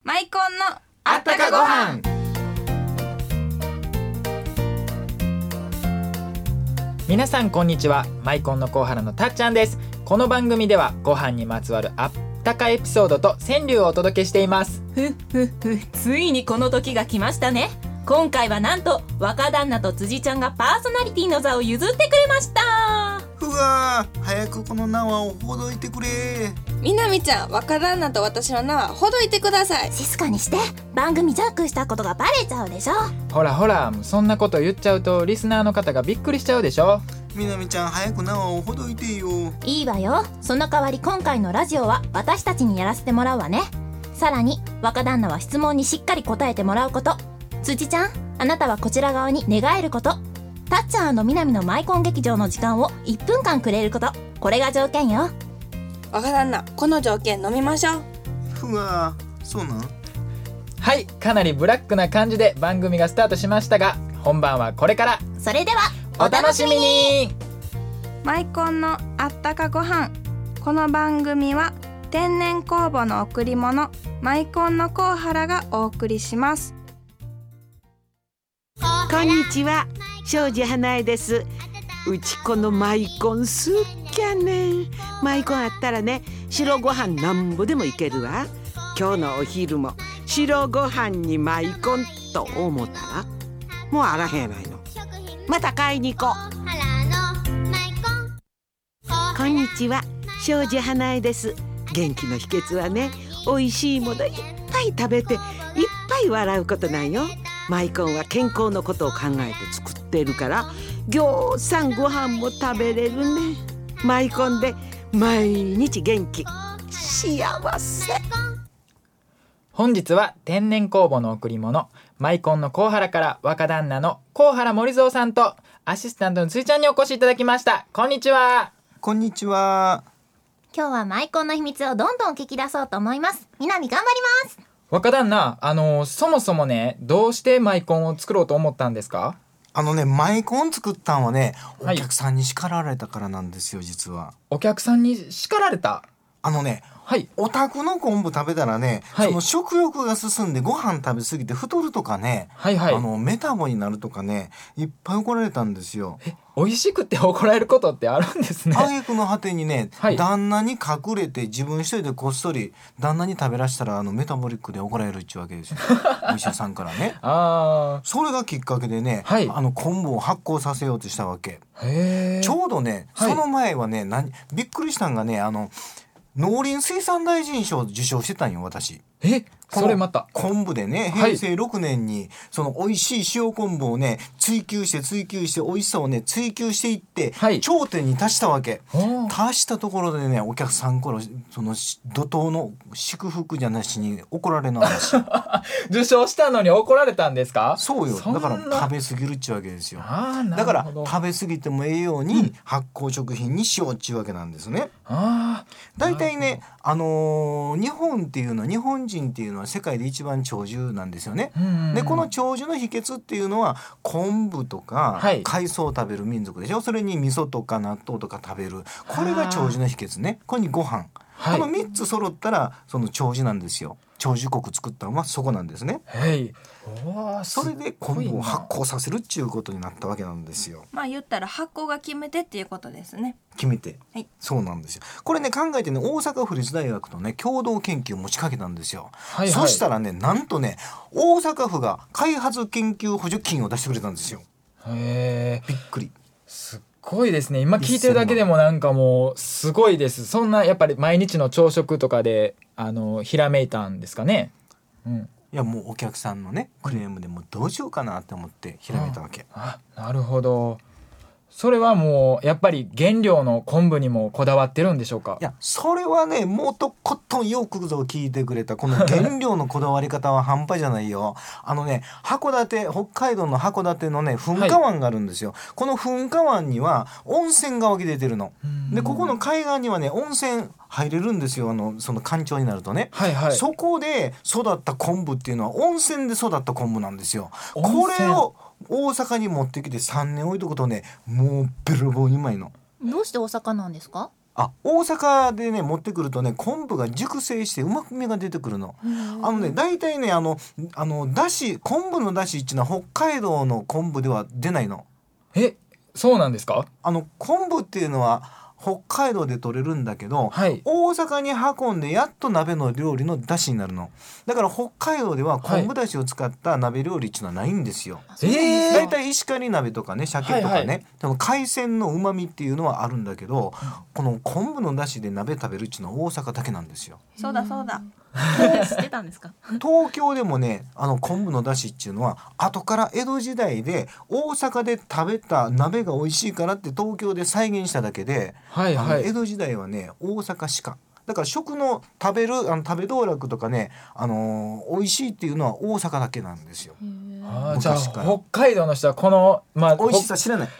マイコンのあったかご飯。 皆さんこんにちは。マイコンのコウハラのたっちゃんです。この番組ではご飯にまつわるあったかエピソードと川柳をお届けしています。 ついにこの時が来ましたね。今回はなんと若旦那と辻ちゃんがパーソナリティの座を譲ってくれました。 うわー、早くこの縄をほどいてくれ。 みなみちゃん、若旦那と私の縄ほどいてください。 静かにして、番組ジャックしたことがバレちゃうでしょ。 ほらほら、そんなこと言っちゃうとリスナーの方がびっくりしちゃうでしょ。 みなみちゃん、早く縄をほどいてよ。 いいわよ。その代わり今回のラジオは私たちにやらせてもらうわね。さらに若旦那は質問にしっかり答えてもらうこと、辻ちゃん、あなたはこちら側に寝返ること、たっちゃんみなみのマイコン劇場の時間を1分間くれること、これが条件よ。 若旦那、この条件飲みましょう。 うわー、そうなん。 はい、かなりブラックな感じで番組がスタートしましたが、本番はこれから。 それではお楽しみに。 マイコンのあったかご飯。この番組は天然酵母の贈り物、マイコンのコウハラがお送りします。 こんにちは、庄司花江です。うちこのマイコンすっきゃねん。マイコンあったらね、白ご飯なんぼでもいけるわ。今日のお昼も白ご飯にマイコンと思ったらもうあらへんやないの。また買いに行こう。こんにちは、庄司花江です。元気の秘訣はね、美味しいものいっぱい食べていっぱい笑うことなんよ。マイコンは健康のことを考えて作っているから、ぎょうさんご飯も食べれるね。マイコンで毎日元気幸せ。 本日は天然酵母の贈り物、マイコンのコウハラから若旦那のコウハラ森蔵さんとアシスタントのついちゃんにお越しいただきました。こんにちは。 こんにちは。 今日はマイコンの秘密をどんどん聞き出そうと思います。みなみ頑張ります。 若旦那、そもそもね、どうしてマイコンを作ろうと思ったんですか？ マイコン作ったんはね、おはい、 客さんに叱られたからなんですよ、実は。 お客さんに叱られた？はい、 お宅の昆布食べたらね、 はい、 その食欲が進んでご飯食べ過ぎて太るとかね、 はいはい、 メタボになるとかね、いっぱい怒られたんですよ。 美味しくて怒られることってあるんですね。 挙句の果てにね、 はい、 旦那に隠れて自分一人でこっそり旦那に食べらしたらメタボリックで怒られるっちゅうわけですよお医者さんからね。それがきっかけでね、はい、昆布を発酵させようとしたわけ。ちょうどね、はい、その前はね、びっくりしたんがね、農林水産大臣賞を受賞してたんよ、私。 それまた昆布でね、平成6年にその美味しい塩昆布をね追求して美味しさをね追求していって、はい、頂点に達したわけ。達したところでね、お客さんからその怒涛の祝福じゃなしに怒られの話受賞したのに怒られたんですか？ そうよ。だから食べ過ぎるっちゅうわけですよ。だから食べ過ぎてもええように発酵食品にしようっちゅうわけなんですね。だいたいね、日本っていうのは、日本人っていうのは世界で一番長寿なんですよね。でこの長寿の秘訣っていうのは昆布とか海藻を食べる民族でしょ。それに味噌とか納豆とか食べる、これが長寿の秘訣ね。これにご飯、この3つ揃ったらその長寿なんですよ。長寿国作ったのはそこなんですね。それで昆布を発酵させるっていうことになったわけなんですよ。 言ったら発酵が決め手っていうことですね。 決め手、はい、そうなんですよ。これね、考えてね、大阪府立大学とね共同研究を持ちかけたんですよ。そしたらね、なんとね、大阪府が開発研究補助金を出してくれたんですよ。びっくり。 すごいですね。今聞いてるだけでもなんかもうすごいです。そんなやっぱり毎日の朝食とかでひらめいたんですかね。 いや、もうお客さんのねクレームでもどうしようかなって思ってひらめいたわけ。 なるほど。それはもうやっぱり原料の昆布にもこだわってるんでしょうか？ いや、それはね、もっとことんよくぞ聞いてくれた。この原料のこだわり方は半端じゃないよ。函館、北海道の函館のね噴火湾があるんですよ。この噴火湾には温泉が湧き出てるので、ここの海岸にはね温泉入れるんですよ。その干潮になるとね、そこで育った昆布っていうのは温泉で育った昆布なんですよ。これを大阪に持ってきて3年置いとくとね、もうベロボーにうまいの。 どうして大阪なんですか？ 大阪でね持ってくるとね昆布が熟成してうまみが出てくるの。大体ねだし昆布のだしっていうのは北海道の昆布では出ないの。 そうなんですか？ 昆布っていうのは北海道で取れるんだけど、 はい、 大阪に運んでやっと鍋の料理の出汁になるの。だから北海道では昆布だしを使った鍋料理っていうのはないんですよ。だいたい石狩鍋とかね鮭とかね、でも海鮮の旨味っていうのはあるんだけど、この昆布の出汁で鍋食べるっていうのは大阪だけなんですよ。 そうだそうだ。 知ってたんですか？ 東京でもね昆布の出汁っていうのは後から江戸時代で大阪で食べた鍋が美味しいからって東京で再現しただけで、江戸時代はね大阪しかだから食の食べ道楽とかね美味しいっていうのは大阪だけなんですよ。 じゃあ北海道の人はこの美味しさ知らない。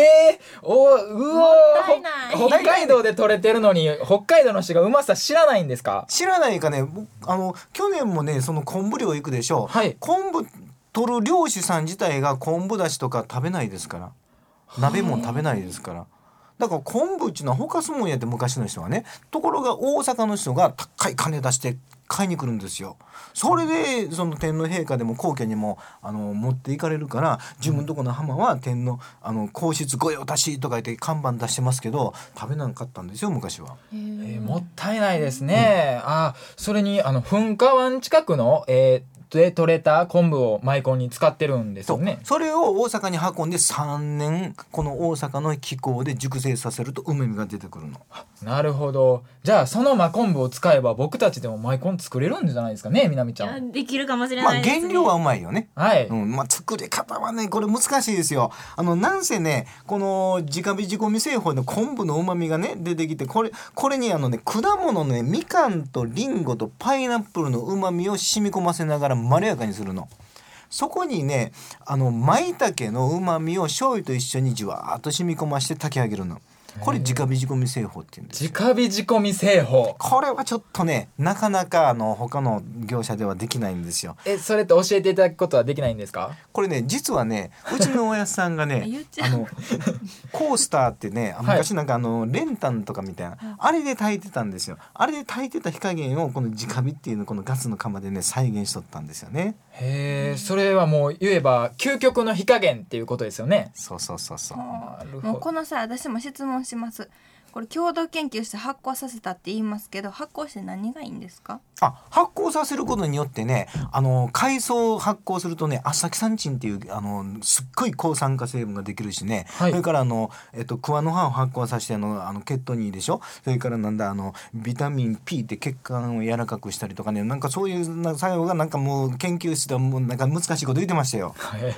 北海道で取れてるのに北海道の人がうまさ知らないんですか？ 知らないかね。去年もねその昆布漁行くでしょ、昆布取る漁師さん自体が昆布だしとか食べないですから、鍋も食べないですから、だから昆布っていうのはほかすもんやって昔の人はね。ところが大阪の人が高い金出して買いに来るんですよ。それでその天皇陛下でも皇居にも持っていかれるから、自分のとこの浜は天皇皇室御用達とか言って看板出してますけど食べなかったんですよ昔は。 もったいないですね。それに噴火湾近くので取れた昆布をマイコンに使ってるんですよね。 それを大阪に運んで3年この大阪の気候で熟成させるとうまみが出てくるの。 なるほど。じゃあその真昆布を使えば僕たちでもマイコン作れるんじゃないですかね、みなみちゃん。 できるかもしれないですね。 原料はうまいよね。作り方はねこれ難しいですよ。なんせねこの直火仕込み製法の昆布のうまみがね出てきて、これに果物のねみかんとりんごとパイナップルのうまみを染み込ませながらまろやかにするの。そこにね舞茸のうまみを醤油と一緒にじわーっと染み込まして炊き上げるの。これ直火仕込み製法って言うんですよ。 直火仕込み製法。 これはちょっとねなかなか他の業者ではできないんですよ。 それって教えていただくことはできないんですか？ これね実はねうちのおやさんがねコースターってね昔なんか練炭とかみたいな、あれで炊いてたんですよ。あれで炊いてた火加減をこの直火っていうのこのガスの釜でね再現しとったんですよね。 それはもう言えば究極の火加減っていうことですよね。 そうもうこの際私も質問します。これ共同研究して発酵させたって言いますけど、発酵して何がいいんですか？ 発酵させることによってね海藻を発酵するとねアスタキサンチンっていうすっごい抗酸化成分ができるしね、それから桑の葉を発酵させて血糖にいいでしょ。それからビタミン P って血管を柔らかくしたりとかね、なんかそういう作用がなんかもう研究室ではもうなんか難しいこと言ってましたよ。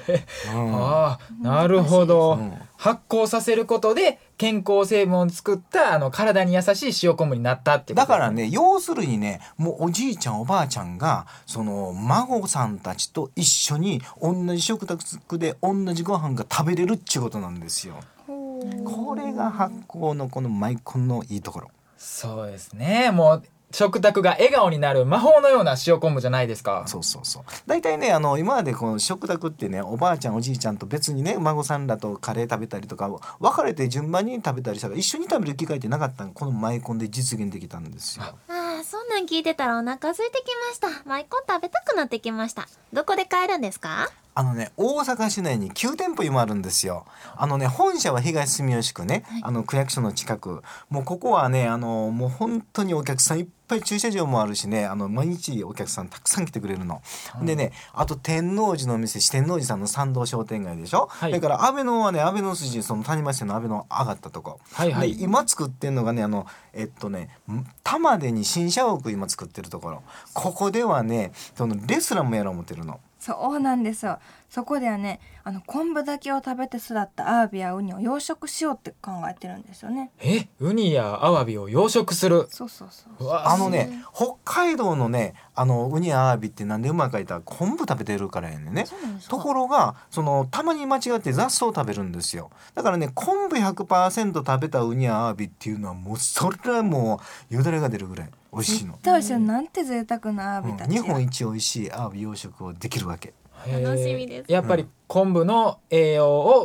なるほど、発酵させることで健康成分を作った体に優しい塩昆布になったってことですね。 だからね要するにねもうおじいちゃんおばあちゃんがその孫さんたちと一緒に同じ食卓で同じご飯が食べれるっていうことなんですよ。これが発酵のこのマイコンのいいところ。 そうですね。もう食卓が笑顔になる魔法のような塩昆布じゃないですか。 そうだいたいね今までこの食卓ってねおばあちゃんおじいちゃんと別にね孫さんらとカレー食べたりとか分かれて順番に食べたりしたら一緒に食べる機会ってなかったの。このマイコンで実現できたんですよ。 そんなん聞いてたらお腹空いてきました。マイコン食べたくなってきました。どこで買えるんですか？ 大阪市内に9店舗今あるんですよ。本社は東住吉区ね、区役所の近く。もうここはねもう本当にお客さんいっぱい駐車場もあるしね毎日お客さんたくさん来てくれるの、でねあと天王寺のお店四天王寺さんの参道商店街でしょ、それから安倍野はね安倍野筋その谷町線の安倍野上がったとこ、で今作ってんのがね玉出に新社屋今作ってるところ、ここではねそのレストランもやろう思ってるの。 そうなんですよ。そこではね昆布だけを食べて育ったアワビやウニを養殖しようって考えてるんですよね。 ウニやアワビを養殖する。 そう北海道のねウニやアワビってなんでうまいか言ったら昆布食べてるからやね。ところがたまに間違って雑草を食べるんですよ。だからね昆布 100% 食べたウニやアワビっていうのはもうそれはもうよだれが出るぐらい美味しいの。 なんて贅沢なアワビたち、 日本一美味しいアワビ養殖をできるわけ。 楽しみです。 やっぱり昆布の栄養を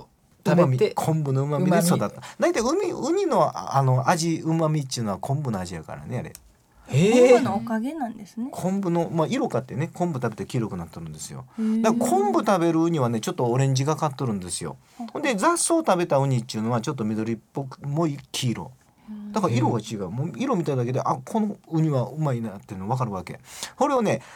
食べて昆布のうまみで育った。だいたいウニの味うまみっていうのは昆布の味やからねあれ。 昆布のおかげなんですね。 昆布の、色かってね昆布食べて黄色くなってるんですよ。だから昆布食べるウニはねちょっとオレンジがかっとるんですよ。ほんで雑草食べたウニっていうのはちょっと緑っぽくもう黄色だから色が違う。もう色見ただけでこのウニはうまいなっていうの分かるわけ。これをね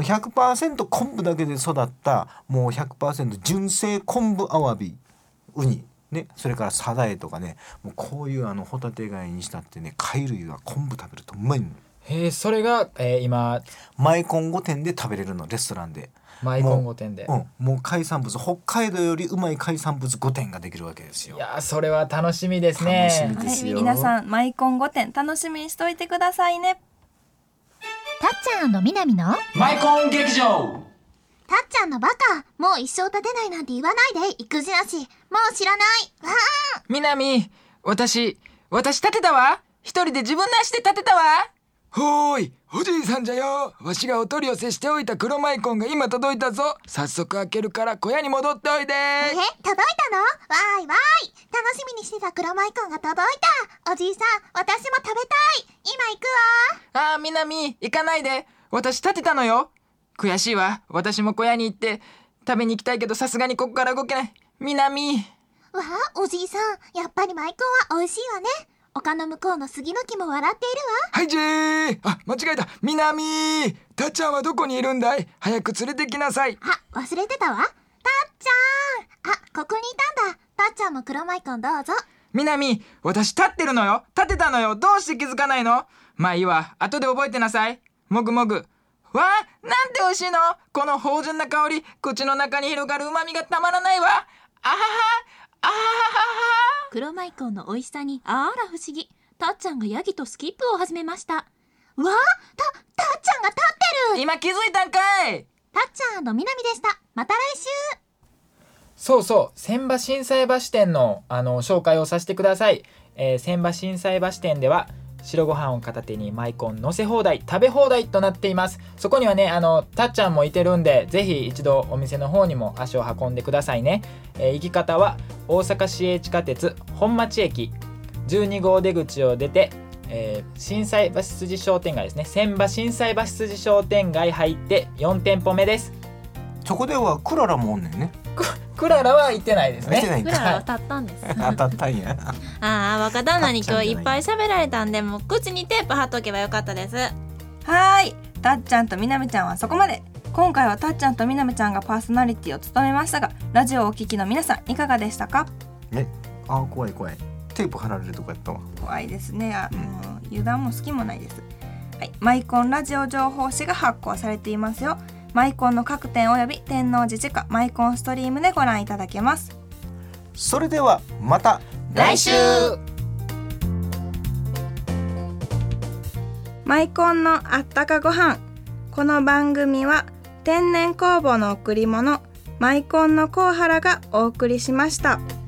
100% 昆布だけで育ったもう 100% 純正昆布アワビウニね、それからサザエとかねもうこういうホタテ貝にしたってね貝類は昆布食べるとうまいの。 それが、今マイコン御殿で食べれるのレストランで。 マイコン御殿でもう海産物北海道よりうまい海産物御殿ができるわけですよ。 いやそれは楽しみですね。 楽しみですよ、 皆さんマイコン御殿楽しみにしといてくださいね。 たっちゃんみなみのマイコン劇場。 たっちゃんのバカ、もう一生立てないなんて言わないで。育児なし、もう知らない。わあ。 みなみ、私立てたわ。一人で自分の足で立てたわ。ほーい、おじいさんじゃよ。わしがお取り寄せしておいた黒マイコンが今届いたぞ。早速開けるから小屋に戻っておいで。 届いたの？わーいわーい。楽しみにしてた黒マイコンが届いた。おじいさん、私も食べたい。今行くわ。 みなみ、行かないで。私立てたのよ。悔しいわ。私も小屋に行って食べに行きたいけどさすがにここから動けない。みなみ。 わあ、おじいさん、やっぱりマイコンは美味しいわね。丘の向こうの杉の木も笑っているわ。 はいじー。間違えた。みなみ。たっちゃんはどこにいるんだい？早く連れてきなさい。 忘れてたわ。たっちゃん。ここにいたんだ。たっちゃんも黒マイコンどうぞ。 みなみ、私立ってるのよ。立てたのよ。どうして気づかないの？まあいいわ。後で覚えてなさい。もぐもぐ。わあ、なんて美味しいの。この芳醇な香り、口の中に広がる旨味がたまらないわ。あはは、あははは。 黒マイコンの美味しさにあら不思議。たっちゃんがヤギとスキップを始めました。わあ、たっちゃんが立ってる。 今気づいたんかい。 たっちゃんみなみでした。また来週。 そう、千葉心斎橋店の紹介をさせてください。千葉心斎橋店では白ご飯を片手にマイコン乗せ放題食べ放題となっています。そこにはねたっちゃんもいてるんで、ぜひ一度お店の方にも足を運んでくださいね。行き方は大阪市営地下鉄本町駅12号出口を出て、心斎橋筋商店街ですね。千葉心斎橋筋商店街入って4店舗目です。 そこではクララもおんねんね。 クララは行ってないですね。 クララは立ったんです当たったんや。 若旦那に今日いっぱい喋られたんで、もう口にテープ貼っとけばよかったです。たっちゃんとみなみちゃんはそこまで。今回はたっちゃんとみなみちゃんがパーソナリティを務めましたが、ラジオをお聞きの皆さんいかがでしたか？ 怖いテープ貼られるとこやったわ。 怖いですね。もう油断も隙もないです。マイコンラジオ情報誌が発行されていますよ。マイコンの各店および天王寺地下マイコンストリームでご覧いただけます。 それではまた来週。 マイコンのあったかご飯。この番組は天然酵母の贈り物マイコンのコウハラがお送りしました。